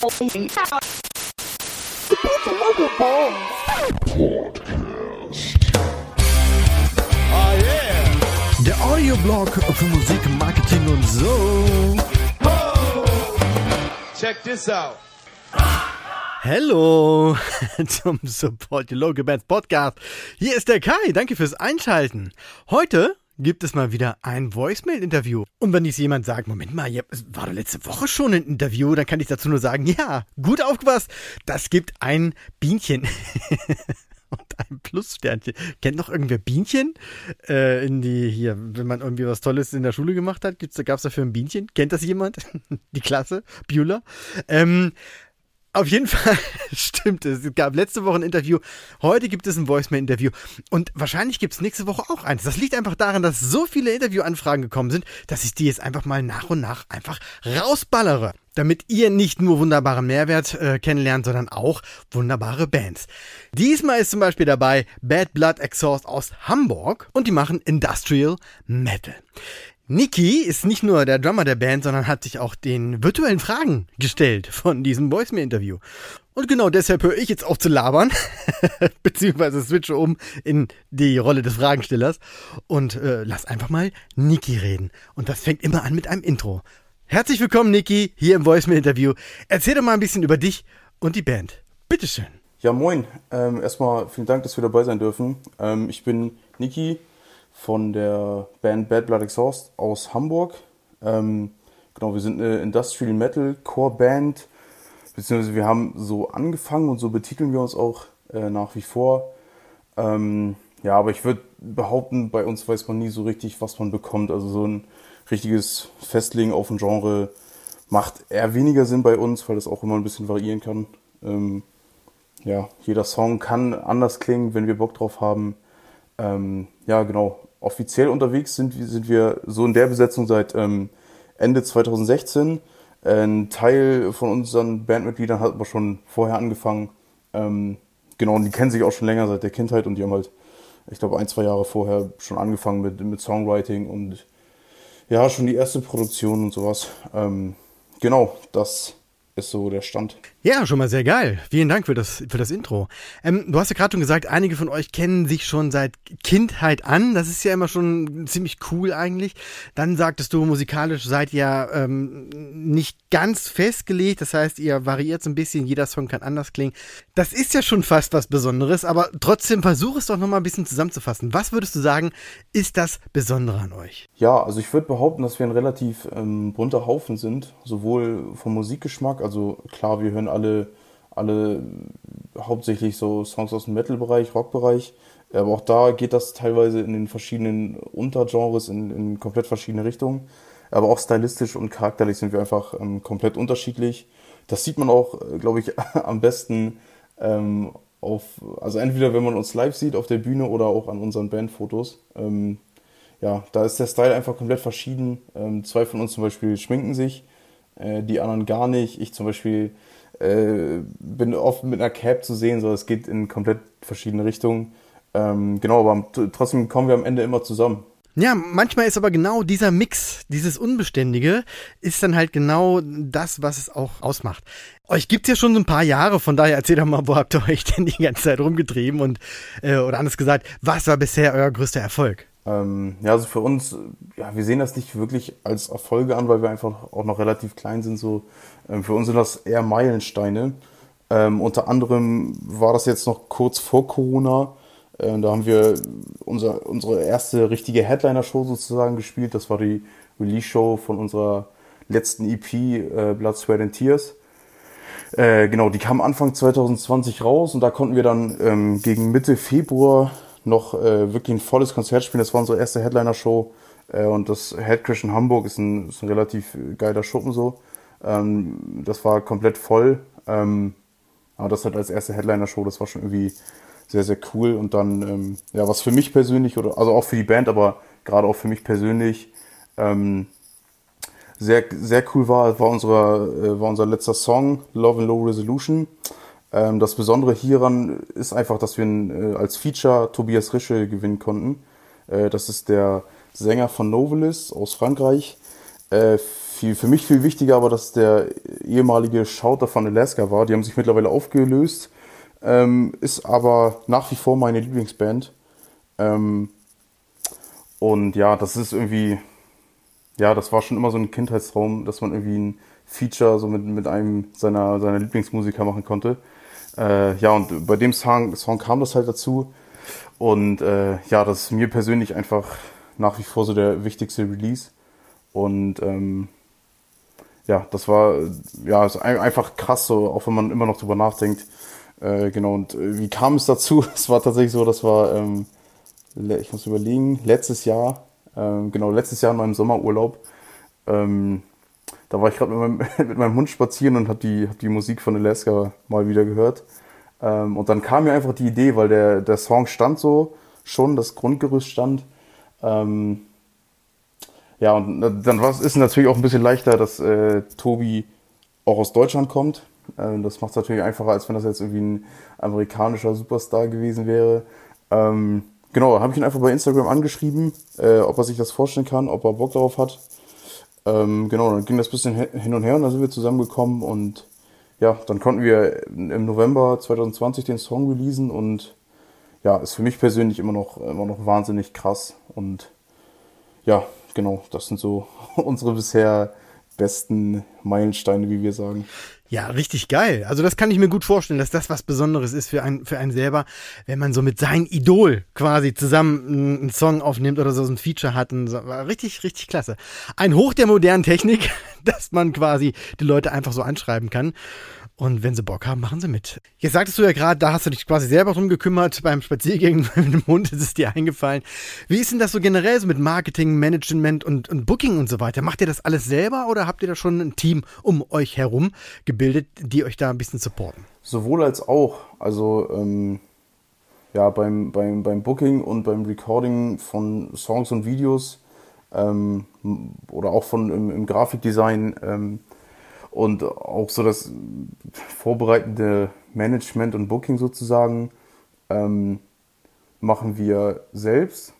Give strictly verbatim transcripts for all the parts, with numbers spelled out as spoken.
Oh yeah. Der Audioblog für Musik, Marketing und so. Oh. Check this out. Hallo zum Support Your Local Bands Podcast. Hier ist der Kai, danke fürs Einschalten. Heute gibt es mal wieder ein Voicemail-Interview. Und wenn jetzt jemand sagt, Moment mal, es war doch letzte Woche schon ein Interview, dann kann ich dazu nur sagen, ja, gut aufgepasst, das gibt ein Bienchen. Und ein Plussternchen. Kennt noch irgendwer Bienchen? Äh, in die, hier, wenn man irgendwie was Tolles in der Schule gemacht hat, gab es dafür ein Bienchen? Kennt das jemand? Die Klasse? Bühler? Ähm, Auf jeden Fall stimmt es. Es gab letzte Woche ein Interview, heute gibt es ein Voicemail-Interview und wahrscheinlich gibt es nächste Woche auch eins. Das liegt einfach daran, dass so viele Interviewanfragen gekommen sind, dass ich die jetzt einfach mal nach und nach einfach rausballere, damit ihr nicht nur wunderbaren Mehrwert äh, kennenlernt, sondern auch wunderbare Bands. Diesmal ist zum Beispiel dabei Bad Blood Exhaust aus Hamburg und die machen Industrial Metal. Niki ist nicht nur der Drummer der Band, sondern hat sich auch den virtuellen Fragen gestellt von diesem Voicemail-Interview. Und genau deshalb höre ich jetzt auf zu labern, beziehungsweise switche um in die Rolle des Fragenstellers und äh, lass einfach mal Niki reden. Und das fängt immer an mit einem Intro. Herzlich willkommen, Niki, hier im Voicemail-Interview. Erzähl doch mal ein bisschen über dich und die Band. Bitteschön. Ja, moin. Ähm, erstmal vielen Dank, dass wir dabei sein dürfen. Ähm, ich bin Niki von der Band Bad Blood Exhaust aus Hamburg. Ähm, genau, wir sind eine Industrial Metal Core Band, beziehungsweise wir haben so angefangen und so betiteln wir uns auch äh, nach wie vor. Ähm, ja, aber ich würde behaupten, bei uns weiß man nie so richtig, was man bekommt. Also so ein richtiges Festlegen auf ein Genre macht eher weniger Sinn bei uns, weil das auch immer ein bisschen variieren kann. Ähm, ja, jeder Song kann anders klingen, wenn wir Bock drauf haben. Ähm, ja, genau. Offiziell unterwegs sind, sind wir so in der Besetzung seit ähm, Ende zwanzig sechzehn. Ein Teil von unseren Bandmitgliedern hat aber schon vorher angefangen. Ähm, genau, und die kennen sich auch schon länger seit der Kindheit und die haben halt, ich glaube, ein, zwei Jahre vorher schon angefangen mit, mit Songwriting und ja, schon die erste Produktion und sowas. Ähm, genau, das ist so der Stand. Ja, schon mal sehr geil. Vielen Dank für das, für das Intro. Ähm, du hast ja gerade schon gesagt, einige von euch kennen sich schon seit Kindheit an. Das ist ja immer schon ziemlich cool eigentlich. Dann sagtest du, musikalisch seid ihr ähm, nicht ganz festgelegt. Das heißt, ihr variiert so ein bisschen. Jeder Song kann anders klingen. Das ist ja schon fast was Besonderes. Aber trotzdem versuch es doch noch mal ein bisschen zusammenzufassen. Was würdest du sagen, ist das Besondere an euch? Ja, also ich würde behaupten, dass wir ein relativ ähm, bunter Haufen sind. Sowohl vom Musikgeschmack, also klar, wir hören alle, alle hauptsächlich so Songs aus dem Metal-Bereich, Rock-Bereich. Aber auch da geht das teilweise in den verschiedenen Untergenres, in, in komplett verschiedene Richtungen. Aber auch stylistisch und charakterlich sind wir einfach ähm, komplett unterschiedlich. Das sieht man auch, glaube ich, am besten ähm, auf, also entweder wenn man uns live sieht auf der Bühne oder auch an unseren Bandfotos. Ähm, ja, da ist der Style einfach komplett verschieden. Ähm, zwei von uns zum Beispiel schminken sich, äh, die anderen gar nicht. Ich zum Beispiel äh, bin oft mit einer Cap zu sehen, so es geht in komplett verschiedene Richtungen. Ähm, genau, aber trotzdem kommen wir am Ende immer zusammen. Ja, manchmal ist aber genau dieser Mix, dieses Unbeständige, ist dann halt genau das, was es auch ausmacht. Euch gibt's ja schon so ein paar Jahre, von daher erzählt doch mal, wo habt ihr euch denn die ganze Zeit rumgetrieben und, äh, oder anders gesagt, was war bisher euer größter Erfolg? Ähm, ja, also für uns, ja, wir sehen das nicht wirklich als Erfolge an, weil wir einfach auch noch relativ klein sind. So, ähm, für uns sind das eher Meilensteine. Ähm, unter anderem war das jetzt noch kurz vor Corona. Äh, da haben wir unser, unsere erste richtige Headliner-Show sozusagen gespielt. Das war die Release-Show von unserer letzten E P, äh, Blood, Sweat and Tears. Äh, genau, die kam Anfang zwanzig zwanzig raus und da konnten wir dann ähm, gegen Mitte Februar noch äh, wirklich ein volles Konzert spielen. Das war unsere erste Headliner-Show äh, und das Headcrash in Hamburg ist ein, ist ein relativ geiler Schuppen so. Ähm, das war komplett voll, ähm, aber das halt als erste Headliner-Show, das war schon irgendwie sehr, sehr cool. Und dann, ähm, ja, was für mich persönlich, oder also auch für die Band, aber gerade auch für mich persönlich ähm, sehr, sehr cool war, war, unsere, äh, war unser letzter Song, Love and Low Resolution. Ähm, das Besondere hieran ist einfach, dass wir äh, als Feature Tobias Rische gewinnen konnten. Äh, das ist der Sänger von Novelis aus Frankreich. Äh, viel, für mich viel wichtiger, aber dass der ehemalige Shouter von Alaska war. Die haben sich mittlerweile aufgelöst, ähm, ist aber nach wie vor meine Lieblingsband. Ähm, und ja, das ist irgendwie, ja, das war schon immer so ein Kindheitstraum, dass man irgendwie ein Feature so mit, mit einem seiner, seiner Lieblingsmusiker machen konnte. Äh, ja, und bei dem Song, Song kam das halt dazu. Und äh, ja, das ist mir persönlich einfach nach wie vor so der wichtigste Release. Und ähm, ja, das war ja ist ein, einfach krass, so, auch wenn man immer noch drüber nachdenkt. Äh, genau, und äh, wie kam es dazu? Es war tatsächlich so, das war, ähm, ich muss überlegen, letztes Jahr, ähm, genau, letztes Jahr in meinem Sommerurlaub. Ähm, da war ich gerade mit meinem, mit meinem Hund spazieren und habe die, hab die Musik von Alaska mal wieder gehört. Ähm, und dann kam mir einfach die Idee, weil der, der Song stand so schon, das Grundgerüst stand. Ähm, ja, und dann war es ist natürlich auch ein bisschen leichter, dass äh, Tobi auch aus Deutschland kommt. Ähm, das macht es natürlich einfacher, als wenn das jetzt irgendwie ein amerikanischer Superstar gewesen wäre. Ähm, genau, habe ich ihn einfach bei Instagram angeschrieben, äh, ob er sich das vorstellen kann, ob er Bock darauf hat. Ähm, genau, dann ging das ein bisschen hin und her und dann sind wir zusammengekommen und ja, dann konnten wir im November zwanzig zwanzig den Song releasen und ja, ist für mich persönlich immer noch, immer noch wahnsinnig krass und ja, genau, das sind so unsere bisher besten Meilensteine, wie wir sagen. Ja, richtig geil. Also das kann ich mir gut vorstellen, dass das was Besonderes ist für einen, für einen selber, wenn man so mit seinem Idol quasi zusammen einen Song aufnimmt oder so ein Feature hat. Und so. War richtig, richtig klasse. Ein Hoch der modernen Technik, dass man quasi die Leute einfach so anschreiben kann. Und wenn sie Bock haben, machen sie mit. Jetzt sagtest du ja gerade, da hast du dich quasi selber drum gekümmert, beim Spaziergängen mit dem Hund ist es dir eingefallen. Wie ist denn das so generell so mit Marketing, Management und, und Booking und so weiter? Macht ihr das alles selber oder habt ihr da schon ein Team um euch herum gebildet, die euch da ein bisschen supporten? Sowohl als auch. Also ähm, ja, beim, beim, beim Booking und beim Recording von Songs und Videos ähm, oder auch von im, im Grafikdesign ähm, und auch so das vorbereitende Management und Booking sozusagen ähm, machen wir selbst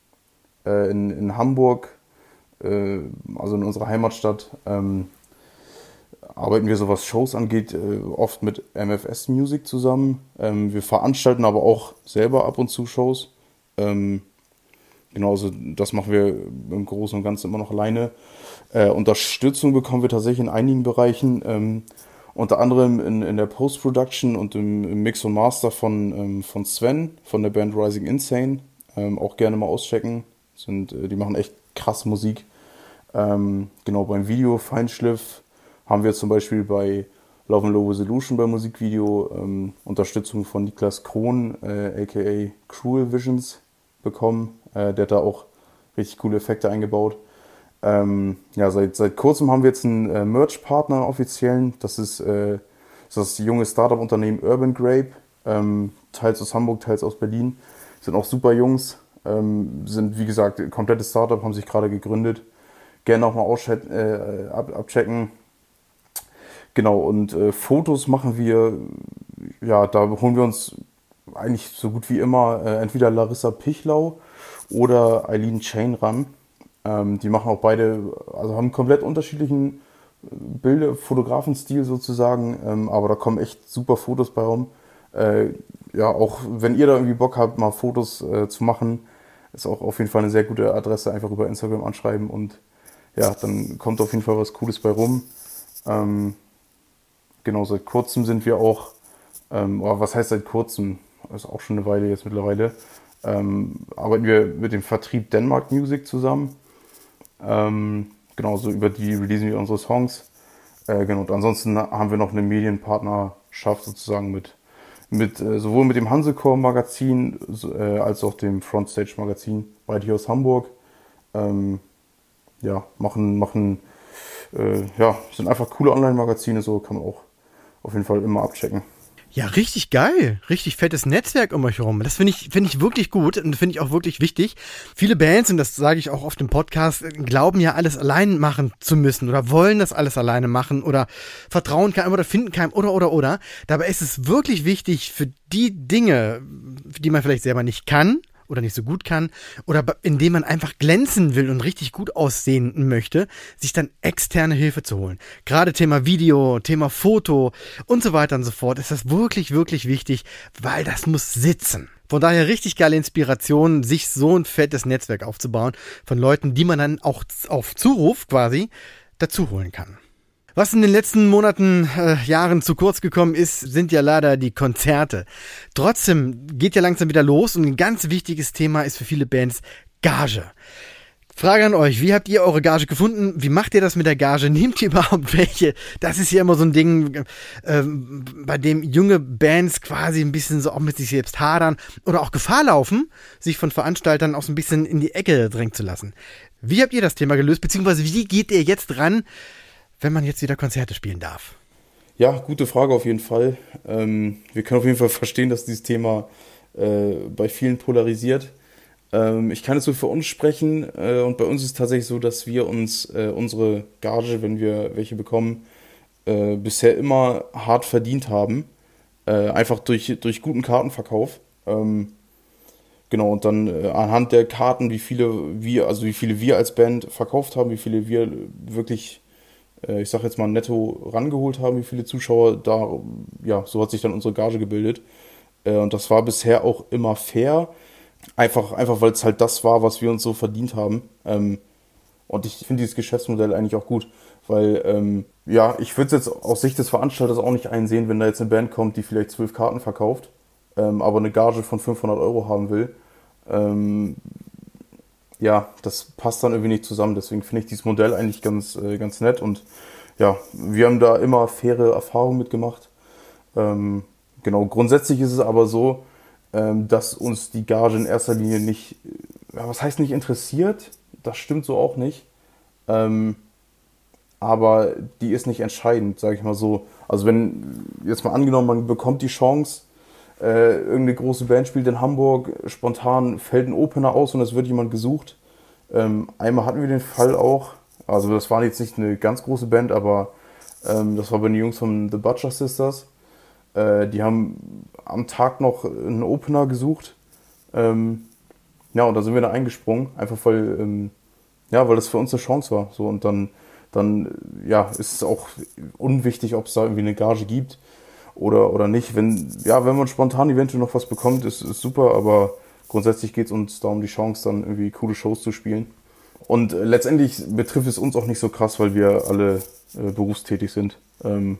äh, in, in Hamburg, äh, also in unserer Heimatstadt, ähm, arbeiten wir so, was Shows angeht, äh, oft mit M F S Music zusammen. Ähm, wir veranstalten aber auch selber ab und zu Shows. Ähm, genauso, das machen wir im Großen und Ganzen immer noch alleine. Äh, Unterstützung bekommen wir tatsächlich in einigen Bereichen, ähm, unter anderem in, in der Post-Production und im, im Mix und Master von, ähm, von Sven, von der Band Rising Insane. Ähm, auch gerne mal auschecken. Sind, äh, die machen echt krass Musik. Ähm, genau, beim Video Feinschliff haben wir zum Beispiel bei Love and Low Resolution beim Musikvideo ähm, Unterstützung von Niklas Krohn, äh, aka Cruel Visions, bekommen. Äh, der hat da auch richtig coole Effekte eingebaut. Ähm, ja, seit, seit kurzem haben wir jetzt einen äh, Merch-Partner offiziellen. Das ist, äh, das, ist das junge Startup-Unternehmen Urban Grape, ähm, teils aus Hamburg, teils aus Berlin. Sind auch super Jungs, ähm, sind wie gesagt komplettes Startup, haben sich gerade gegründet. Gerne auch mal auscheck, äh, ab, abchecken. Genau, und äh, Fotos machen wir, ja, da holen wir uns eigentlich so gut wie immer äh, entweder Larissa Pichlau oder Eileen Chain ran. Ähm, die machen auch beide, also haben einen komplett unterschiedlichen Bilder, Fotografenstil sozusagen, ähm, aber da kommen echt super Fotos bei rum. Äh, ja, auch wenn ihr da irgendwie Bock habt, mal Fotos äh, zu machen, ist auch auf jeden Fall eine sehr gute Adresse, einfach über Instagram anschreiben und ja, dann kommt auf jeden Fall was Cooles bei rum. Ähm, genau, seit kurzem sind wir auch, ähm, oder was heißt seit kurzem, das ist auch schon eine Weile jetzt mittlerweile, ähm, arbeiten wir mit dem Vertrieb Denmark Music zusammen. Ähm, genau, so über die releasen wir unsere Songs. Äh, genau, und ansonsten haben wir noch eine Medienpartnerschaft sozusagen mit, mit äh, sowohl mit dem Hansecore Magazin so, äh, als auch dem Frontstage Magazin, beide hier aus Hamburg. Ähm, ja, machen, machen, äh, ja, sind einfach coole Online-Magazine, so kann man auch auf jeden Fall immer abchecken. Ja, richtig geil. Richtig fettes Netzwerk um euch herum. Das finde ich, finde ich wirklich gut und finde ich auch wirklich wichtig. Viele Bands, und das sage ich auch oft im Podcast, glauben ja alles allein machen zu müssen oder wollen das alles alleine machen oder vertrauen keinem oder finden keinem oder, oder, oder. Dabei ist es wirklich wichtig für die Dinge, die man vielleicht selber nicht kann oder nicht so gut kann oder indem man einfach glänzen will und richtig gut aussehen möchte, sich dann externe Hilfe zu holen. Gerade Thema Video, Thema Foto und so weiter und so fort ist das wirklich, wirklich wichtig, weil das muss sitzen. Von daher richtig geile Inspiration, sich so ein fettes Netzwerk aufzubauen von Leuten, die man dann auch auf Zuruf quasi dazu holen kann. Was in den letzten Monaten, äh, Jahren zu kurz gekommen ist, sind ja leider die Konzerte. Trotzdem geht ja langsam wieder los und ein ganz wichtiges Thema ist für viele Bands Gage. Frage an euch, wie habt ihr eure Gage gefunden? Wie macht ihr das mit der Gage? Nehmt ihr überhaupt welche? Das ist ja immer so ein Ding, äh, bei dem junge Bands quasi ein bisschen so auch mit sich selbst hadern oder auch Gefahr laufen, sich von Veranstaltern auch so ein bisschen in die Ecke drängen zu lassen. Wie habt ihr das Thema gelöst? Beziehungsweise wie geht ihr jetzt ran, wenn man jetzt wieder Konzerte spielen darf? Ja, gute Frage auf jeden Fall. Ähm, wir können auf jeden Fall verstehen, dass dieses Thema äh, bei vielen polarisiert. Ähm, ich kann jetzt so für uns sprechen äh, und bei uns ist es tatsächlich so, dass wir uns äh, unsere Gage, wenn wir welche bekommen, äh, bisher immer hart verdient haben. Äh, einfach durch, durch guten Kartenverkauf. Ähm, genau, und dann äh, anhand der Karten, wie viele wir, also wie viele wir als Band verkauft haben, wie viele wir wirklich, ich sag jetzt mal, netto rangeholt haben, wie viele Zuschauer da, ja, so hat sich dann unsere Gage gebildet. Und das war bisher auch immer fair, einfach, einfach weil es halt das war, was wir uns so verdient haben. Und ich finde dieses Geschäftsmodell eigentlich auch gut, weil, ja, ich würde es jetzt aus Sicht des Veranstalters auch nicht einsehen, wenn da jetzt eine Band kommt, die vielleicht zwölf Karten verkauft, aber eine Gage von fünfhundert Euro haben will. Ja, das passt dann irgendwie nicht zusammen. Deswegen finde ich dieses Modell eigentlich ganz, äh, ganz nett. Und ja, wir haben da immer faire Erfahrungen mitgemacht. Ähm, genau, grundsätzlich ist es aber so, ähm, dass uns die Gage in erster Linie nicht, ja, was heißt nicht interessiert? Das stimmt so auch nicht. Ähm, aber die ist nicht entscheidend, sage ich mal so. Also wenn, jetzt mal angenommen, man bekommt die Chance, Äh, irgendeine große Band spielt in Hamburg, spontan fällt ein Opener aus und es wird jemand gesucht. Ähm, einmal hatten wir den Fall auch, also das war jetzt nicht eine ganz große Band, aber ähm, das war bei den Jungs von The Butcher Sisters. Äh, die haben am Tag noch einen Opener gesucht. Ähm, ja, und da sind wir dann eingesprungen, einfach weil, ähm, ja, weil das für uns eine Chance war. So, und dann, dann ja, ist es auch unwichtig, ob es da irgendwie eine Gage gibt. Oder, oder nicht. Wenn, ja, wenn man spontan eventuell noch was bekommt, ist, ist super, aber grundsätzlich geht es uns da um die Chance, dann irgendwie coole Shows zu spielen. Und äh, letztendlich betrifft es uns auch nicht so krass, weil wir alle äh, berufstätig sind. Ähm,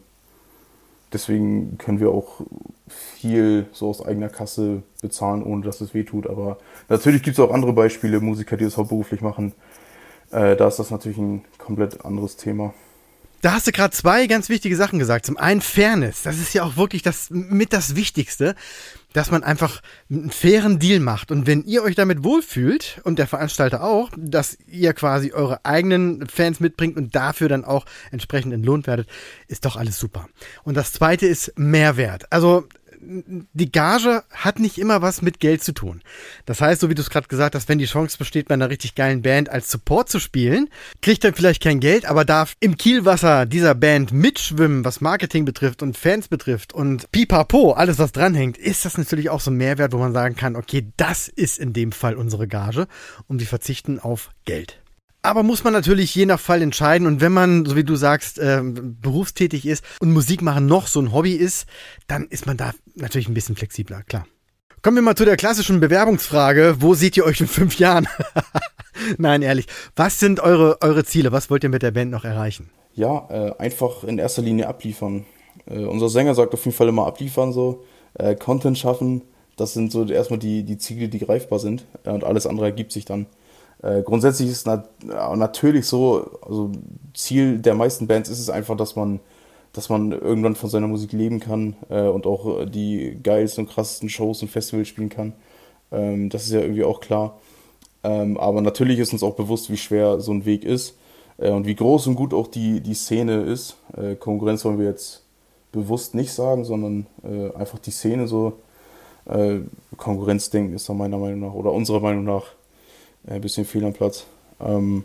deswegen können wir auch viel so aus eigener Kasse bezahlen, ohne dass es weh tut. Aber natürlich gibt es auch andere Beispiele, Musiker, die das hauptberuflich machen. Äh, da ist das natürlich ein komplett anderes Thema. Da hast du gerade zwei ganz wichtige Sachen gesagt. Zum einen Fairness. Das ist ja auch wirklich das mit das Wichtigste, dass man einfach einen fairen Deal macht. Und wenn ihr euch damit wohlfühlt und der Veranstalter auch, dass ihr quasi eure eigenen Fans mitbringt und dafür dann auch entsprechend entlohnt werdet, ist doch alles super. Und das zweite ist Mehrwert. Also die Gage hat nicht immer was mit Geld zu tun. Das heißt, so wie du es gerade gesagt hast, wenn die Chance besteht, bei einer richtig geilen Band als Support zu spielen, kriegt dann vielleicht kein Geld, aber darf im Kielwasser dieser Band mitschwimmen, was Marketing betrifft und Fans betrifft und pipapo, alles was dranhängt, ist das natürlich auch so ein Mehrwert, wo man sagen kann, okay, das ist in dem Fall unsere Gage und wir verzichten auf Geld. Aber muss man natürlich je nach Fall entscheiden. Und wenn man, so wie du sagst, äh, berufstätig ist und Musik machen noch so ein Hobby ist, dann ist man da natürlich ein bisschen flexibler, klar. Kommen wir mal zu der klassischen Bewerbungsfrage. Wo seht ihr euch in fünf Jahren? Nein, ehrlich. Was sind eure, eure Ziele? Was wollt ihr mit der Band noch erreichen? Ja, äh, einfach in erster Linie abliefern. Äh, unser Sänger sagt auf jeden Fall immer abliefern, so. Äh, Content schaffen, das sind so erstmal die, die Ziele, die greifbar sind. Äh, und alles andere ergibt sich dann. Äh, grundsätzlich ist es nat- natürlich so, also Ziel der meisten Bands ist es einfach, dass man, dass man irgendwann von seiner Musik leben kann äh, und auch die geilsten und krassesten Shows und Festivals spielen kann. Ähm, das ist ja irgendwie auch klar. Ähm, aber natürlich ist uns auch bewusst, wie schwer so ein Weg ist äh, und wie groß und gut auch die, die Szene ist. Äh, Konkurrenz wollen wir jetzt bewusst nicht sagen, sondern äh, einfach die Szene so. Äh, Konkurrenzdenken ist da meiner Meinung nach oder unserer Meinung nach ein bisschen fehl am Platz. Ähm,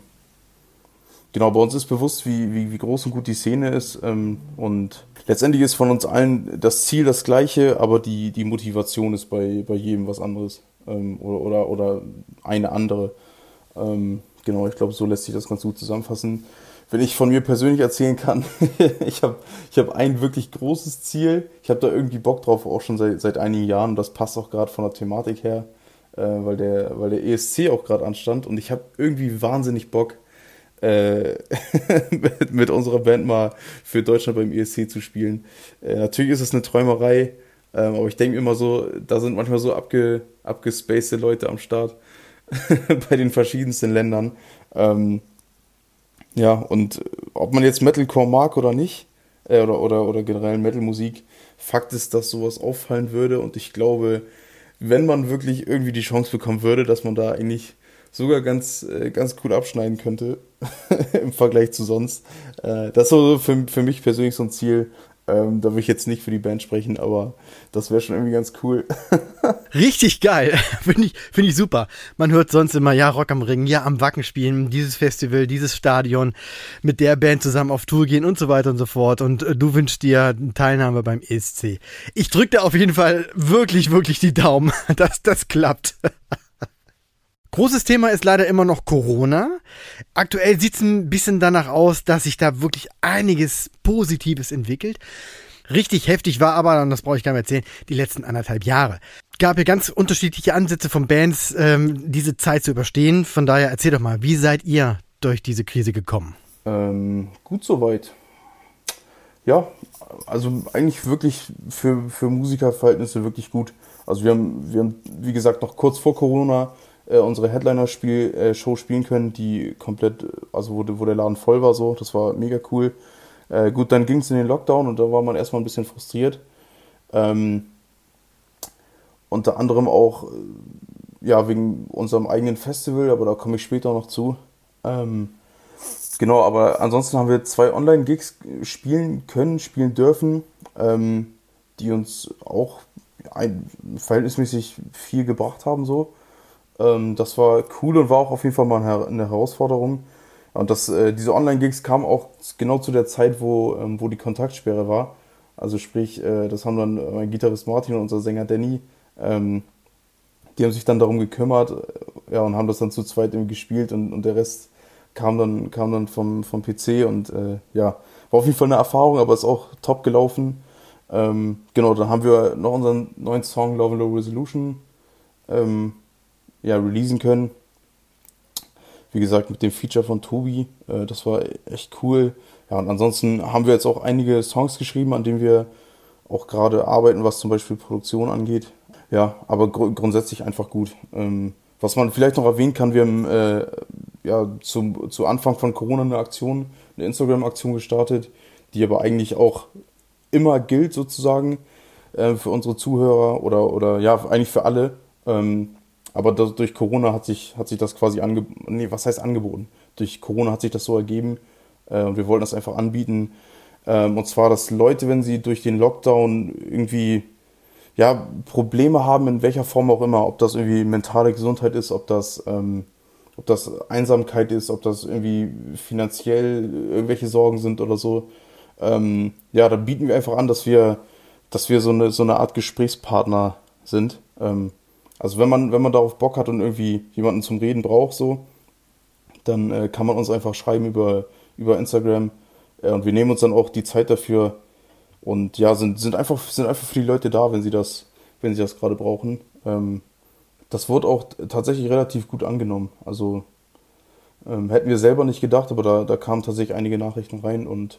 genau, bei uns ist bewusst, wie, wie, wie groß und gut die Szene ist. Ähm, und letztendlich ist von uns allen das Ziel das gleiche, aber die, die Motivation ist bei, bei jedem was anderes. ähm, oder, oder, oder eine andere. Ähm, genau, ich glaube, so lässt sich das ganz gut zusammenfassen. Wenn ich von mir persönlich erzählen kann, ich habe ich hab ein wirklich großes Ziel. Ich habe da irgendwie Bock drauf, auch schon seit, seit einigen Jahren. Und das passt auch gerade von der Thematik her, äh, weil, der, weil der E S C auch gerade anstand. Und ich habe irgendwie wahnsinnig Bock, äh, mit, mit unserer Band mal für Deutschland beim E S C zu spielen. Äh, natürlich ist es eine Träumerei, ähm, aber ich denke immer so, da sind manchmal so abge, abgespacede Leute am Start bei den verschiedensten Ländern. Ähm, Ja, und ob man jetzt Metalcore mag oder nicht, äh, oder, oder, oder generell Metalmusik, Fakt ist, dass sowas auffallen würde und ich glaube, wenn man wirklich irgendwie die Chance bekommen würde, dass man da eigentlich sogar ganz, äh, ganz cool abschneiden könnte im Vergleich zu sonst. Äh, das ist so für, für mich persönlich so ein Ziel. Ähm, da will ich jetzt nicht für die Band sprechen, aber das wäre schon irgendwie ganz cool. Richtig geil. Finde ich, find ich super. Man hört sonst immer, ja, Rock am Ring, ja, am Wacken spielen, dieses Festival, dieses Stadion, mit der Band zusammen auf Tour gehen und so weiter und so fort. Und äh, du wünschst dir Teilnahme beim E S C. Ich drücke dir auf jeden Fall wirklich, wirklich die Daumen, dass das klappt. Großes Thema ist leider immer noch Corona. Aktuell sieht es ein bisschen danach aus, dass sich da wirklich einiges Positives entwickelt. Richtig heftig war aber, und das brauche ich gar nicht erzählen, die letzten anderthalb Jahre. Gab hier ganz unterschiedliche Ansätze von Bands, ähm, diese Zeit zu überstehen. Von daher erzähl doch mal, wie seid ihr durch diese Krise gekommen? Ähm, gut soweit. Ja, also eigentlich wirklich für, für Musikerverhältnisse wirklich gut. Also wir haben, wir haben, wie gesagt, noch kurz vor Corona äh, unsere Headliner-Show spielen können, die komplett, also wo, wo der Laden voll war so, das war mega cool. Äh, gut, dann ging es in den Lockdown und da war man erstmal ein bisschen frustriert. Ähm, unter anderem auch, ja, wegen unserem eigenen Festival, aber da komme ich später noch zu. Ähm, genau, aber ansonsten haben wir zwei Online-Gigs spielen können, spielen dürfen, ähm, die uns auch ein, verhältnismäßig viel gebracht haben, so. Ähm, das war cool und war auch auf jeden Fall mal eine Herausforderung. Und das, äh, diese Online-Gigs kamen auch genau zu der Zeit, wo, ähm, wo die Kontaktsperre war. Also sprich, äh, das haben dann mein Gitarrist Martin und unser Sänger Danny, ähm, die haben sich dann darum gekümmert, äh, ja, und haben das dann zu zweit irgendwie gespielt und, und der Rest kam dann, kam dann vom, vom P C und äh, ja, war auf jeden Fall eine Erfahrung, aber ist auch top gelaufen. Ähm, genau, dann haben wir noch unseren neuen Song Love and Low Resolution ähm, ja, releasen können. Wie gesagt, mit dem Feature von Tobi, äh, das war echt cool. Ja, und ansonsten haben wir jetzt auch einige Songs geschrieben, an denen wir auch gerade arbeiten, was zum Beispiel Produktion angeht. Ja, aber gr- grundsätzlich einfach gut. Ähm, was man vielleicht noch erwähnen kann, wir haben äh, ja, zum, zu Anfang von Corona eine Aktion, eine Instagram-Aktion gestartet, die aber eigentlich auch immer gilt sozusagen äh, für unsere Zuhörer oder, oder ja, eigentlich für alle. Ähm, aber das, durch Corona hat sich, hat sich das quasi angeboten, nee, was heißt angeboten? Durch Corona hat sich das so ergeben äh, und wir wollten das einfach anbieten. Ähm, und zwar, dass Leute, wenn sie durch den Lockdown irgendwie ja, Probleme haben, in welcher Form auch immer, ob das irgendwie mentale Gesundheit ist, ob das, ähm, ob das Einsamkeit ist, ob das irgendwie finanziell irgendwelche Sorgen sind oder so, ähm, ja, dann bieten wir einfach an, dass wir, dass wir so eine, so eine Art Gesprächspartner sind. Ähm, also wenn man, wenn man darauf Bock hat und irgendwie jemanden zum Reden braucht, so, dann äh, kann man uns einfach schreiben über, über Instagram äh, und wir nehmen uns dann auch die Zeit dafür und ja, sind, sind einfach, sind einfach für die Leute da, wenn sie das, wenn sie das gerade brauchen. Ähm, das wurde auch tatsächlich relativ gut angenommen. Also ähm, hätten wir selber nicht gedacht, aber da, da kamen tatsächlich einige Nachrichten rein und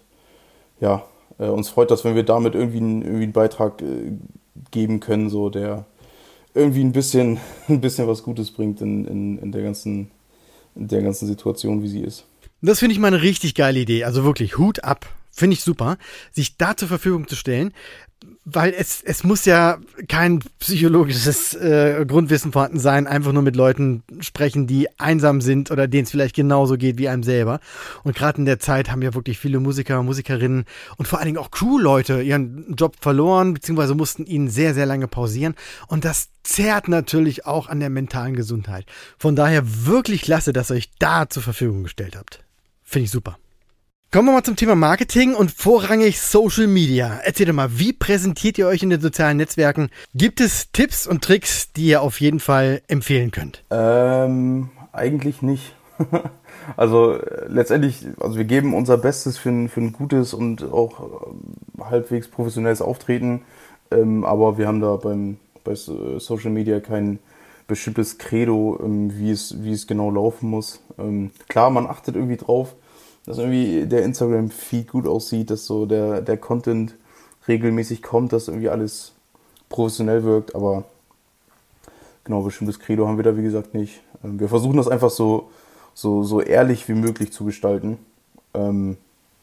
ja, äh, uns freut das, wenn wir damit irgendwie einen, irgendwie einen Beitrag äh, geben können, so der irgendwie ein bisschen, ein bisschen was Gutes bringt in, in, in der ganzen, in der ganzen Situation, wie sie ist. Das finde ich mal eine richtig geile Idee. Also wirklich Hut ab. Finde ich super, sich da zur Verfügung zu stellen, weil es, es muss ja kein psychologisches äh, Grundwissen vorhanden sein, einfach nur mit Leuten sprechen, die einsam sind oder denen es vielleicht genauso geht wie einem selber. Und gerade in der Zeit haben ja wirklich viele Musiker, Musikerinnen und vor allen Dingen auch Crew-Leute ihren Job verloren, beziehungsweise mussten ihn sehr, sehr lange pausieren. Und das zerrt natürlich auch an der mentalen Gesundheit. Von daher wirklich klasse, dass ihr euch da zur Verfügung gestellt habt. Finde ich super. Kommen wir mal zum Thema Marketing und vorrangig Social Media. Erzählt doch mal, wie präsentiert ihr euch in den sozialen Netzwerken? Gibt es Tipps und Tricks, die ihr auf jeden Fall empfehlen könnt? Ähm, eigentlich nicht. Also äh, letztendlich, also wir geben unser Bestes für ein, für ein gutes und auch äh, halbwegs professionelles Auftreten, ähm, aber wir haben da beim bei Social Media kein bestimmtes Credo, ähm, wie es wie es genau laufen muss. Ähm, klar, man achtet irgendwie drauf, dass irgendwie der Instagram-Feed gut aussieht, dass so der, der Content regelmäßig kommt, dass irgendwie alles professionell wirkt, aber genau, bestimmtes Credo haben wir da wie gesagt nicht. Wir versuchen das einfach so, so, so ehrlich wie möglich zu gestalten. Ähm,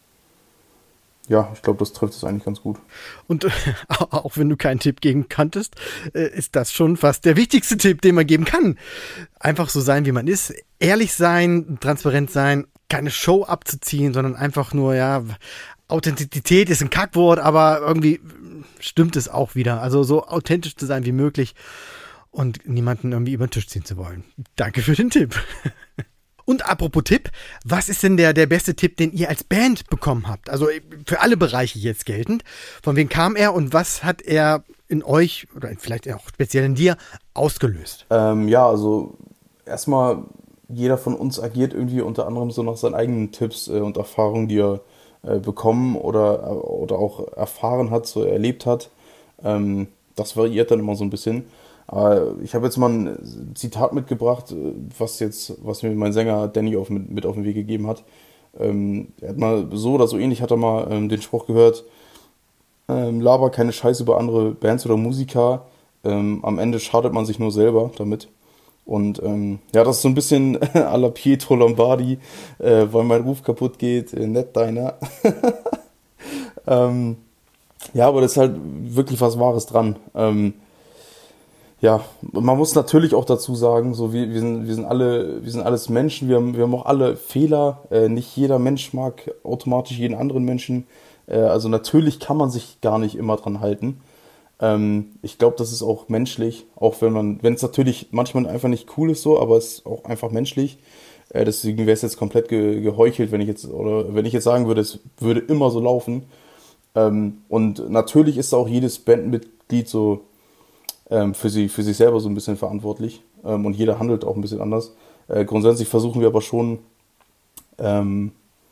ja, ich glaube, das trifft es eigentlich ganz gut. Und äh, auch wenn du keinen Tipp geben kanntest, äh, ist das schon fast der wichtigste Tipp, den man geben kann. Einfach so sein, wie man ist, ehrlich sein, transparent sein, keine Show abzuziehen, sondern einfach nur, ja, Authentizität ist ein Kackwort, aber irgendwie stimmt es auch wieder. Also so authentisch zu sein wie möglich und niemanden irgendwie über den Tisch ziehen zu wollen. Danke für den Tipp. Und apropos Tipp, was ist denn der, der beste Tipp, den ihr als Band bekommen habt? Also für alle Bereiche jetzt geltend. Von wem kam er und was hat er in euch oder vielleicht auch speziell in dir ausgelöst? Ähm, ja, also erstmal, jeder von uns agiert irgendwie unter anderem so nach seinen eigenen Tipps äh, und Erfahrungen, die er äh, bekommen oder, oder auch erfahren hat, so erlebt hat. Ähm, das variiert dann immer so ein bisschen. Aber ich habe jetzt mal ein Zitat mitgebracht, was jetzt, was mir mein Sänger Danny auf, mit, mit auf den Weg gegeben hat. Ähm, er hat mal so oder so ähnlich, hat er mal ähm, den Spruch gehört, ähm, laber keine Scheiße über andere Bands oder Musiker, ähm, am Ende schadet man sich nur selber damit. Und ähm, ja, das ist so ein bisschen à la Pietro Lombardi, äh, weil mein Ruf kaputt geht, äh, nicht deiner. ähm, ja, aber das ist halt wirklich was Wahres dran. Ähm, ja, man muss natürlich auch dazu sagen, so wir, wir sind wir sind alle wir sind alles Menschen, wir haben wir haben auch alle Fehler. Äh, nicht jeder Mensch mag automatisch jeden anderen Menschen. Äh, also natürlich kann man sich gar nicht immer dran halten. Ähm, ich glaube, das ist auch menschlich, auch wenn man, wenn es natürlich manchmal einfach nicht cool ist so, aber es ist auch einfach menschlich. Äh, deswegen wäre es jetzt komplett ge- geheuchelt, wenn ich jetzt oder wenn ich jetzt sagen würde, es würde immer so laufen. Ähm, und natürlich ist auch jedes Bandmitglied so ähm, für sie für sich selber so ein bisschen verantwortlich ähm, und jeder handelt auch ein bisschen anders. Äh, grundsätzlich versuchen wir aber schon, ähm,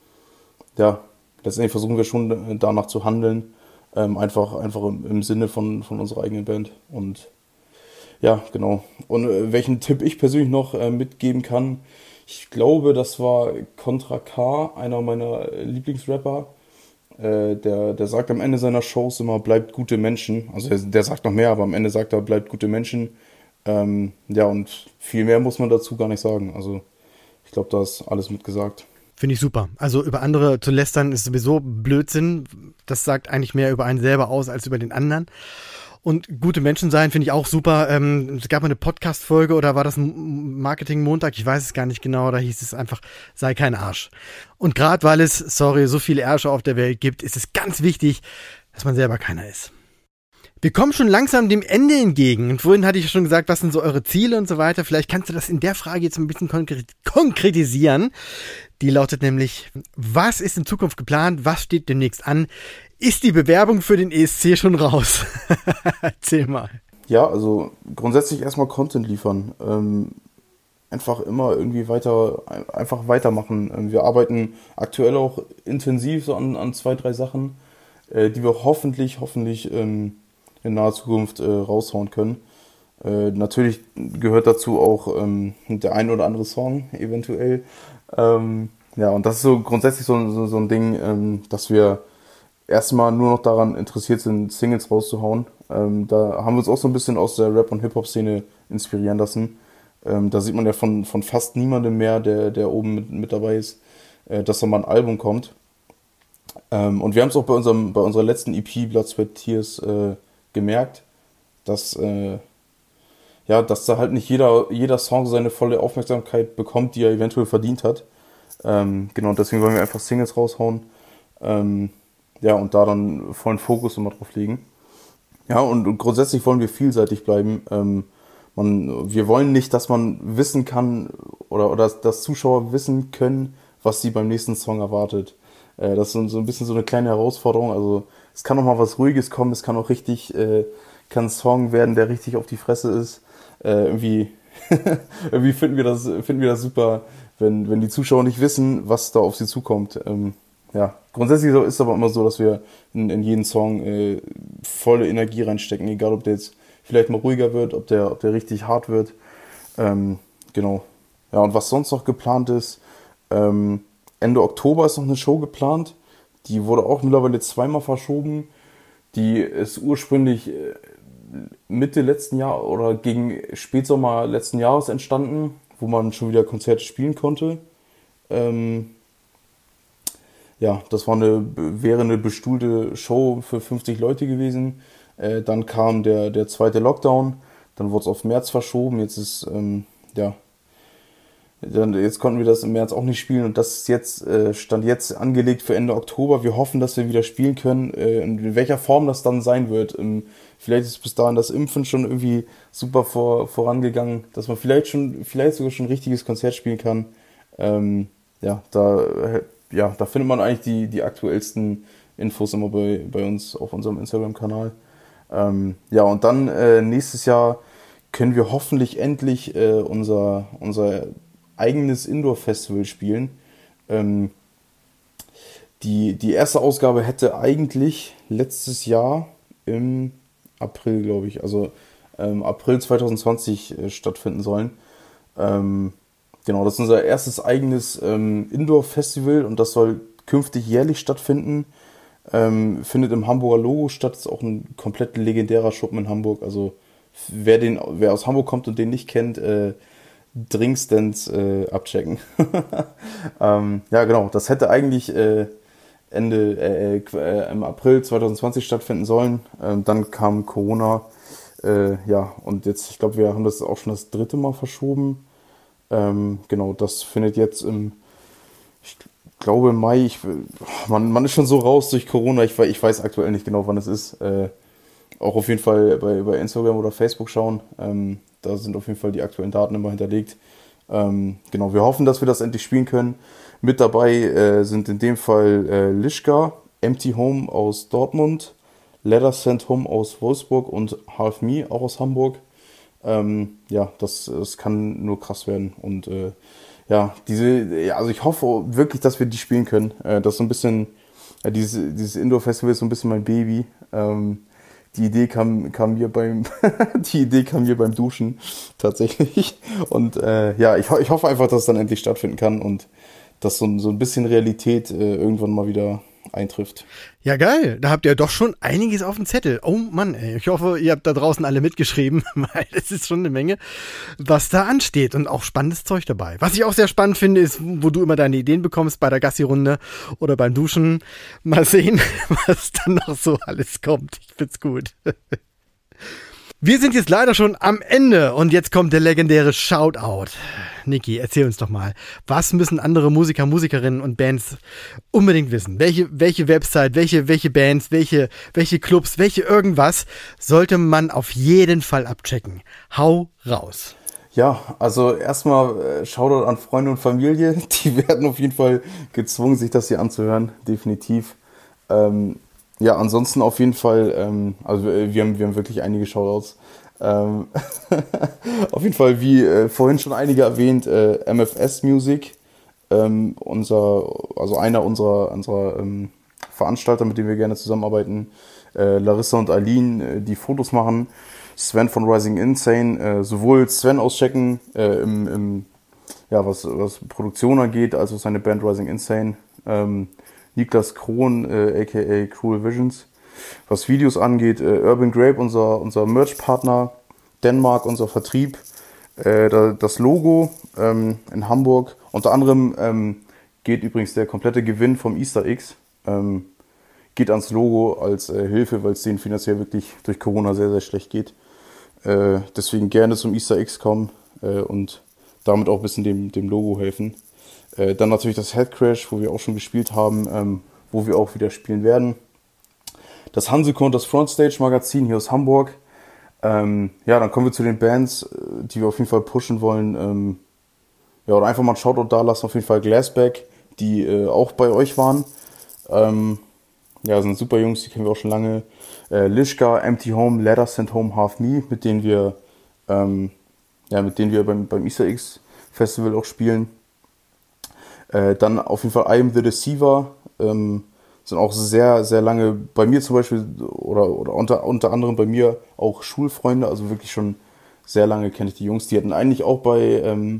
ja, letztendlich versuchen wir schon danach zu handeln. Ähm, einfach einfach im, im Sinne von, von unserer eigenen Band. Und ja, genau. Und äh, welchen Tipp ich persönlich noch äh, mitgeben kann, ich glaube, das war Contra K, einer meiner Lieblingsrapper. Äh, der, der sagt am Ende seiner Shows immer, bleibt gute Menschen. Also der, der sagt noch mehr, aber am Ende sagt er, bleibt gute Menschen. Ähm, ja, und viel mehr muss man dazu gar nicht sagen. Also ich glaube, da ist alles mitgesagt. Finde ich super. Also über andere zu lästern ist sowieso Blödsinn. Das sagt eigentlich mehr über einen selber aus als über den anderen. Und gute Menschen sein finde ich auch super. Ähm, es gab mal eine Podcast-Folge oder war das ein Marketing-Montag? Ich weiß es gar nicht genau. Da hieß es einfach, sei kein Arsch. Und gerade weil es, sorry, so viele Ärsche auf der Welt gibt, ist es ganz wichtig, dass man selber keiner ist. Wir kommen schon langsam dem Ende entgegen. Und vorhin hatte ich schon gesagt, was sind so eure Ziele und so weiter. Vielleicht kannst du das in der Frage jetzt ein bisschen konkret- konkretisieren. Die lautet nämlich, was ist in Zukunft geplant? Was steht demnächst an? Ist die Bewerbung für den E S C schon raus? Erzähl mal. Ja, also grundsätzlich erstmal Content liefern. Ähm, einfach immer irgendwie weiter, einfach weitermachen. Ähm, wir arbeiten aktuell auch intensiv so an, an zwei, drei Sachen, äh, die wir hoffentlich, hoffentlich ähm, in naher Zukunft äh, raushauen können. Äh, natürlich gehört dazu auch ähm, der ein oder andere Song eventuell. Ähm, ja, und das ist so grundsätzlich so, so, so ein Ding, ähm, dass wir erstmal nur noch daran interessiert sind, Singles rauszuhauen. Ähm, da haben wir uns auch so ein bisschen aus der Rap- und Hip-Hop-Szene inspirieren lassen. Ähm, da sieht man ja von, von fast niemandem mehr, der, der oben mit, mit dabei ist, äh, dass da mal ein Album kommt. Ähm, und wir haben es auch bei unserem, bei unserer letzten E P, Blood, Sweat, Tears, äh, gemerkt, dass, äh, ja, dass da halt nicht jeder, jeder Song seine volle Aufmerksamkeit bekommt, die er eventuell verdient hat. Ähm, genau, deswegen wollen wir einfach Singles raushauen. Ähm, ja, und da dann vollen Fokus immer drauf legen. Ja, und, und grundsätzlich wollen wir vielseitig bleiben. Ähm, man, wir wollen nicht, dass man wissen kann oder, oder dass Zuschauer wissen können, was sie beim nächsten Song erwartet. Äh, das ist so, so ein bisschen so eine kleine Herausforderung. Also es kann auch mal was Ruhiges kommen, es kann auch richtig, äh, kann ein Song werden, der richtig auf die Fresse ist. Äh, irgendwie, irgendwie finden wir das, finden wir das super, wenn, wenn die Zuschauer nicht wissen, was da auf sie zukommt. Ähm, ja, grundsätzlich ist es aber immer so, dass wir in, in jeden Song äh, volle Energie reinstecken, egal ob der jetzt vielleicht mal ruhiger wird, ob der, ob der richtig hart wird. Ähm, genau. Ja, und was sonst noch geplant ist, ähm, Ende Oktober ist noch eine Show geplant. Die wurde auch mittlerweile zweimal verschoben. Die ist ursprünglich äh, Mitte letzten Jahr oder gegen Spätsommer letzten Jahres entstanden, wo man schon wieder Konzerte spielen konnte. Ähm, ja, das war eine, wäre eine bestuhlte Show für fünfzig Leute gewesen. Äh, dann kam der, der zweite Lockdown, dann wurde es auf März verschoben. Jetzt ist, ähm, ja, dann, jetzt konnten wir das im März auch nicht spielen und das ist jetzt, äh, stand jetzt angelegt für Ende Oktober. Wir hoffen, dass wir wieder spielen können. Äh, in welcher Form das dann sein wird. Ähm, vielleicht ist bis dahin das Impfen schon irgendwie super vor, vorangegangen, dass man vielleicht schon, vielleicht sogar schon ein richtiges Konzert spielen kann. Ähm, ja, da, äh, ja, da findet man eigentlich die, die aktuellsten Infos immer bei, bei uns auf unserem Instagram-Kanal. Ähm, ja, und dann äh, nächstes Jahr können wir hoffentlich endlich äh, unser, unser eigenes Indoor-Festival spielen. Ähm, die, die erste Ausgabe hätte eigentlich letztes Jahr im April, glaube ich, also ähm, April zwanzig zwanzig äh, stattfinden sollen. Ähm, genau, das ist unser erstes eigenes ähm, Indoor-Festival und das soll künftig jährlich stattfinden. Ähm, findet im Hamburger Logo statt, ist auch ein komplett legendärer Schuppen in Hamburg. Also wer den, wer aus Hamburg kommt und den nicht kennt, äh, dringstens äh, abchecken. ähm, ja, genau, das hätte eigentlich äh, Ende äh, äh, im April zwanzig zwanzig stattfinden sollen. Ähm, dann kam Corona. Äh, ja, und jetzt, ich glaube, wir haben das auch schon das dritte Mal verschoben. Ähm, genau, das findet jetzt im, ich glaube im Mai, ich, man, man ist schon so raus durch Corona, ich, ich weiß aktuell nicht genau, wann es ist. Äh, auch auf jeden Fall bei, bei Instagram oder Facebook schauen. Ähm, da sind auf jeden Fall die aktuellen Daten immer hinterlegt. Ähm, genau, wir hoffen, dass wir das endlich spielen können. Mit dabei äh, sind in dem Fall äh, Lischka, Empty Home aus Dortmund, Letter Sent Home aus Wolfsburg und Half Me auch aus Hamburg. Ähm, ja, das, das kann nur krass werden. Und äh, ja, diese, ja, also ich hoffe wirklich, dass wir die spielen können. Äh, das ist so ein bisschen, ja, dieses, dieses Indoor-Festival ist so ein bisschen mein Baby. Ähm, die Idee kam, kam mir beim, die Idee kam mir beim Duschen tatsächlich. Und äh, ja, ich, ich hoffe einfach, dass es dann endlich stattfinden kann und dass so, so ein bisschen Realität äh, irgendwann mal wieder eintrifft. Ja, geil. Da habt ihr doch schon einiges auf dem Zettel. Oh Mann, ey. Ich hoffe, ihr habt da draußen alle mitgeschrieben, weil es ist schon eine Menge, was da ansteht und auch spannendes Zeug dabei. Was ich auch sehr spannend finde, ist, wo du immer deine Ideen bekommst bei der Gassi-Runde oder beim Duschen. Mal sehen, was dann noch so alles kommt. Ich find's gut. Wir sind jetzt leider schon am Ende und jetzt kommt der legendäre Shoutout. Niki, erzähl uns doch mal, was müssen andere Musiker, Musikerinnen und Bands unbedingt wissen? Welche, welche Website, welche, welche Bands, welche, welche Clubs, welche irgendwas sollte man auf jeden Fall abchecken? Hau raus. Ja, also erstmal äh, Shoutout an Freunde und Familie. Die werden auf jeden Fall gezwungen, sich das hier anzuhören, definitiv. Ähm, Ja, ansonsten auf jeden Fall, ähm, also wir haben, wir haben wirklich einige Shoutouts. Ähm, auf jeden Fall, wie äh, vorhin schon einige erwähnt, äh, M F S Music, ähm, unser, also einer unserer, unserer ähm, Veranstalter, mit dem wir gerne zusammenarbeiten, äh, Larissa und Aline, äh, die Fotos machen, Sven von Rising Insane, äh, sowohl Sven auschecken, äh, im, im, ja, was, was Produktion angeht, als auch seine Band Rising Insane, ähm, Niklas Krohn, äh, aka Cruel Visions. Was Videos angeht, äh, Urban Grape, unser, unser Merch-Partner, Denmark, unser Vertrieb, äh, da, das Logo ähm, in Hamburg. Unter anderem ähm, geht übrigens der komplette Gewinn vom Easter X, ähm, geht ans Logo als äh, Hilfe, weil es denen finanziell wirklich durch Corona sehr, sehr schlecht geht. Äh, deswegen gerne zum Easter X kommen äh, und damit auch ein bisschen dem, dem Logo helfen. Äh, dann natürlich das Headcrash, wo wir auch schon gespielt haben, ähm, wo wir auch wieder spielen werden. Das Hanseko und das Frontstage Magazin hier aus Hamburg. Ähm, ja, dann kommen wir zu den Bands, die wir auf jeden Fall pushen wollen. Ähm, ja, oder einfach mal ein Shoutout da lassen. Auf jeden Fall Glassback, die äh, auch bei euch waren. Ähm, ja, sind super Jungs, die kennen wir auch schon lange. Äh, Lishka, Empty Home, Let Us Send Home, Half Me, mit denen wir, ähm, ja, mit denen wir beim, beim Easter Eggs Festival auch spielen. Äh, dann auf jeden Fall I Am The Deceiver, ähm, sind auch sehr, sehr lange bei mir zum Beispiel, oder, oder unter, unter anderem bei mir auch Schulfreunde, also wirklich schon sehr lange kenne ich die Jungs. Die hätten eigentlich auch bei, ähm,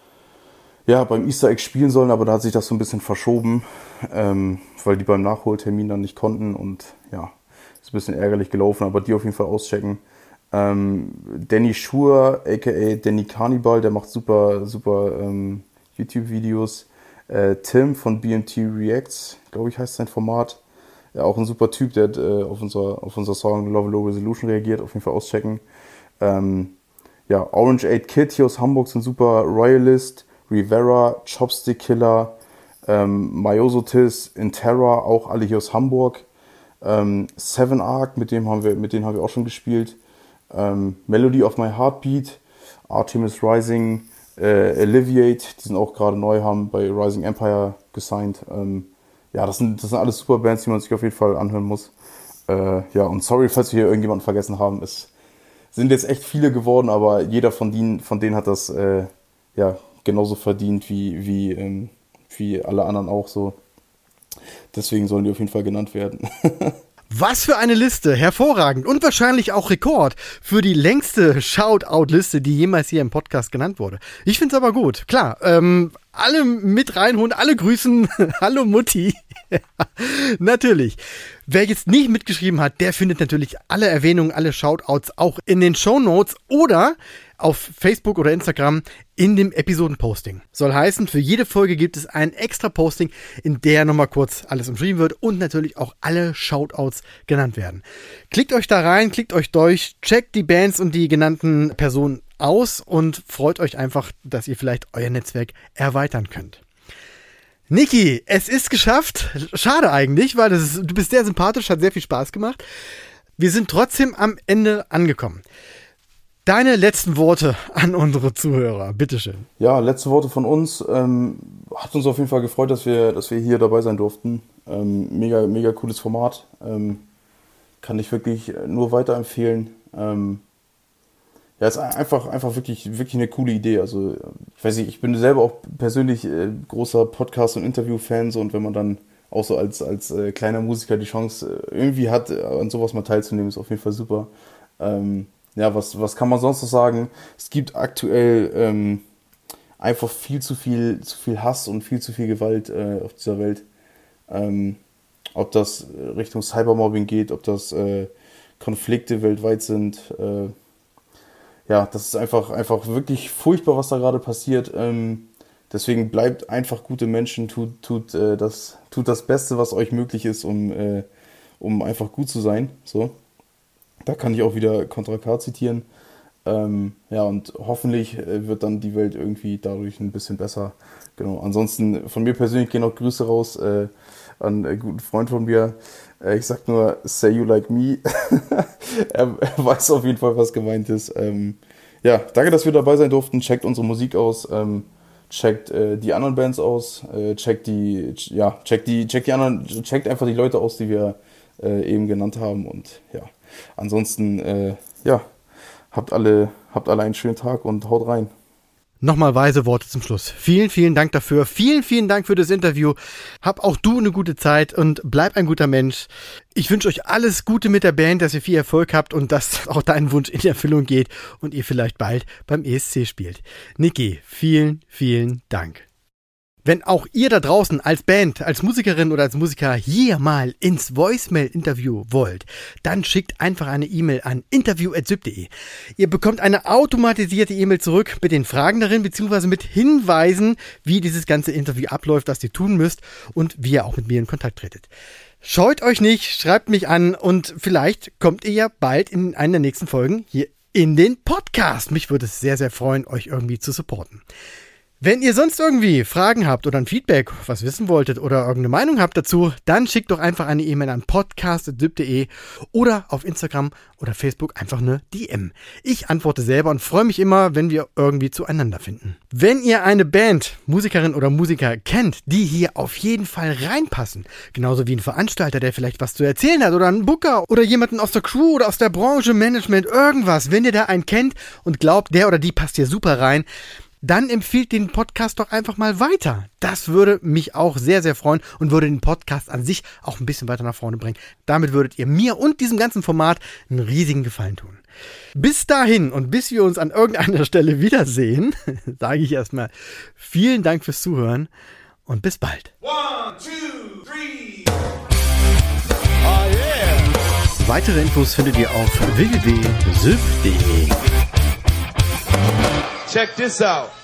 ja, beim Easter Egg spielen sollen, aber da hat sich das so ein bisschen verschoben, ähm, weil die beim Nachholtermin dann nicht konnten und ja, ist ein bisschen ärgerlich gelaufen, aber die auf jeden Fall auschecken. Ähm, Danny Schur, aka Danny Carnibal, der macht super, super ähm, YouTube-Videos. Äh, Tim von B M T Reacts, glaube ich, heißt sein Format. Ja, auch ein super Typ, der hat äh, auf, unser, auf unser Song Love Low Resolution reagiert, auf jeden Fall auschecken. Ähm, ja, Orange Eight Kid hier aus Hamburg sind super. Royalist, Rivera, Chopstick Killer, ähm, Myosotis, Interra, auch alle hier aus Hamburg. Ähm, Seven Arc, mit dem haben wir, mit denen haben wir auch schon gespielt. Ähm, Melody of My Heartbeat, Artemis Rising, äh, Alleviate, die sind auch gerade neu, haben bei Rising Empire gesigned. Ähm, ja, das sind, das sind alles super Bands, die man sich auf jeden Fall anhören muss. Äh, ja, und sorry, falls wir hier irgendjemanden vergessen haben. Es sind jetzt echt viele geworden, aber jeder von denen, von denen hat das äh, ja, genauso verdient wie, wie, ähm, wie alle anderen auch so. Deswegen sollen die auf jeden Fall genannt werden. Was für eine Liste, hervorragend und wahrscheinlich auch Rekord für die längste Shoutout-Liste, die jemals hier im Podcast genannt wurde. Ich find's aber gut, klar, ähm, alle mit reinholen, alle grüßen, hallo Mutti, natürlich. Wer jetzt nicht mitgeschrieben hat, der findet natürlich alle Erwähnungen, alle Shoutouts auch in den Shownotes oder auf Facebook oder Instagram in dem Episodenposting. Soll heißen, für jede Folge gibt es ein extra Posting, in der nochmal kurz alles umschrieben wird und natürlich auch alle Shoutouts genannt werden. Klickt euch da rein, klickt euch durch, checkt die Bands und die genannten Personen aus und freut euch einfach, dass ihr vielleicht euer Netzwerk erweitern könnt. Niki, es ist geschafft. Schade eigentlich, weil das ist, du bist sehr sympathisch, hat sehr viel Spaß gemacht. Wir sind trotzdem am Ende angekommen. Deine letzten Worte an unsere Zuhörer, bitteschön. Ja, letzte Worte von uns. Ähm, hat uns auf jeden Fall gefreut, dass wir, dass wir hier dabei sein durften. Ähm, mega, mega cooles Format. Ähm, kann ich wirklich nur weiterempfehlen. Ähm, ja, ist einfach, einfach wirklich, wirklich eine coole Idee. Also, ich weiß nicht, ich bin selber auch persönlich äh, großer Podcast- und Interview-Fan, so, und wenn man dann auch so als, als äh, kleiner Musiker die Chance äh, irgendwie hat, äh, an sowas mal teilzunehmen, ist auf jeden Fall super. Ähm, Ja, was, was kann man sonst noch sagen? Es gibt aktuell ähm, einfach viel zu viel, zu viel Hass und viel zu viel Gewalt äh, auf dieser Welt. Ähm, ob das Richtung Cybermobbing geht, ob das äh, Konflikte weltweit sind. Äh, ja, das ist einfach, einfach wirklich furchtbar, was da gerade passiert. Ähm, deswegen bleibt einfach gute Menschen, tut, tut, äh, das, tut das Beste, was euch möglich ist, um, äh, um einfach gut zu sein. So. Da kann ich auch wieder Contra K zitieren. Ähm, ja, und hoffentlich äh, wird dann die Welt irgendwie dadurch ein bisschen besser. Genau. Ansonsten von mir persönlich gehen auch Grüße raus äh, an einen guten Freund von mir. Äh, ich sag nur, say you like me. er, er weiß auf jeden Fall, was gemeint ist. Ähm, ja, danke, dass wir dabei sein durften. Checkt unsere Musik aus. Ähm, checkt äh, die anderen Bands aus. Äh, checkt die, ja, checkt die, checkt die anderen, checkt einfach die Leute aus, die wir äh, eben genannt haben. Und ja. Ansonsten, äh, ja, habt alle, habt alle einen schönen Tag und haut rein. Nochmal weise Worte zum Schluss. Vielen, vielen Dank dafür. Vielen, vielen Dank für das Interview. Hab auch du eine gute Zeit und bleib ein guter Mensch. Ich wünsche euch alles Gute mit der Band, dass ihr viel Erfolg habt und dass auch dein Wunsch in Erfüllung geht und ihr vielleicht bald beim E S C spielt. Niki, vielen, vielen Dank. Wenn auch ihr da draußen als Band, als Musikerin oder als Musiker hier mal ins Voicemail-Interview wollt, dann schickt einfach eine E-Mail an interview at syp punkt de. Ihr bekommt eine automatisierte E-Mail zurück mit den Fragen darin, beziehungsweise mit Hinweisen, wie dieses ganze Interview abläuft, was ihr tun müsst und wie ihr auch mit mir in Kontakt tretet. Scheut euch nicht, schreibt mich an und vielleicht kommt ihr ja bald in einer der nächsten Folgen hier in den Podcast. Mich würde es sehr, sehr freuen, euch irgendwie zu supporten. Wenn ihr sonst irgendwie Fragen habt oder ein Feedback, was wissen wolltet oder irgendeine Meinung habt dazu, dann schickt doch einfach eine E-Mail an podcast punkt sip punkt de oder auf Instagram oder Facebook einfach eine D M. Ich antworte selber und freue mich immer, wenn wir irgendwie zueinander finden. Wenn ihr eine Band, Musikerin oder Musiker kennt, die hier auf jeden Fall reinpassen, genauso wie ein Veranstalter, der vielleicht was zu erzählen hat oder ein Booker oder jemanden aus der Crew oder aus der Branche, Management, irgendwas, wenn ihr da einen kennt und glaubt, der oder die passt hier super rein, dann empfiehlt den Podcast doch einfach mal weiter. Das würde mich auch sehr, sehr freuen und würde den Podcast an sich auch ein bisschen weiter nach vorne bringen. Damit würdet ihr mir und diesem ganzen Format einen riesigen Gefallen tun. Bis dahin und bis wir uns an irgendeiner Stelle wiedersehen, sage ich erstmal vielen Dank fürs Zuhören und bis bald. One, two, three. Oh yeah. Weitere Infos findet ihr auf w w w punkt sip punkt de. Check this out.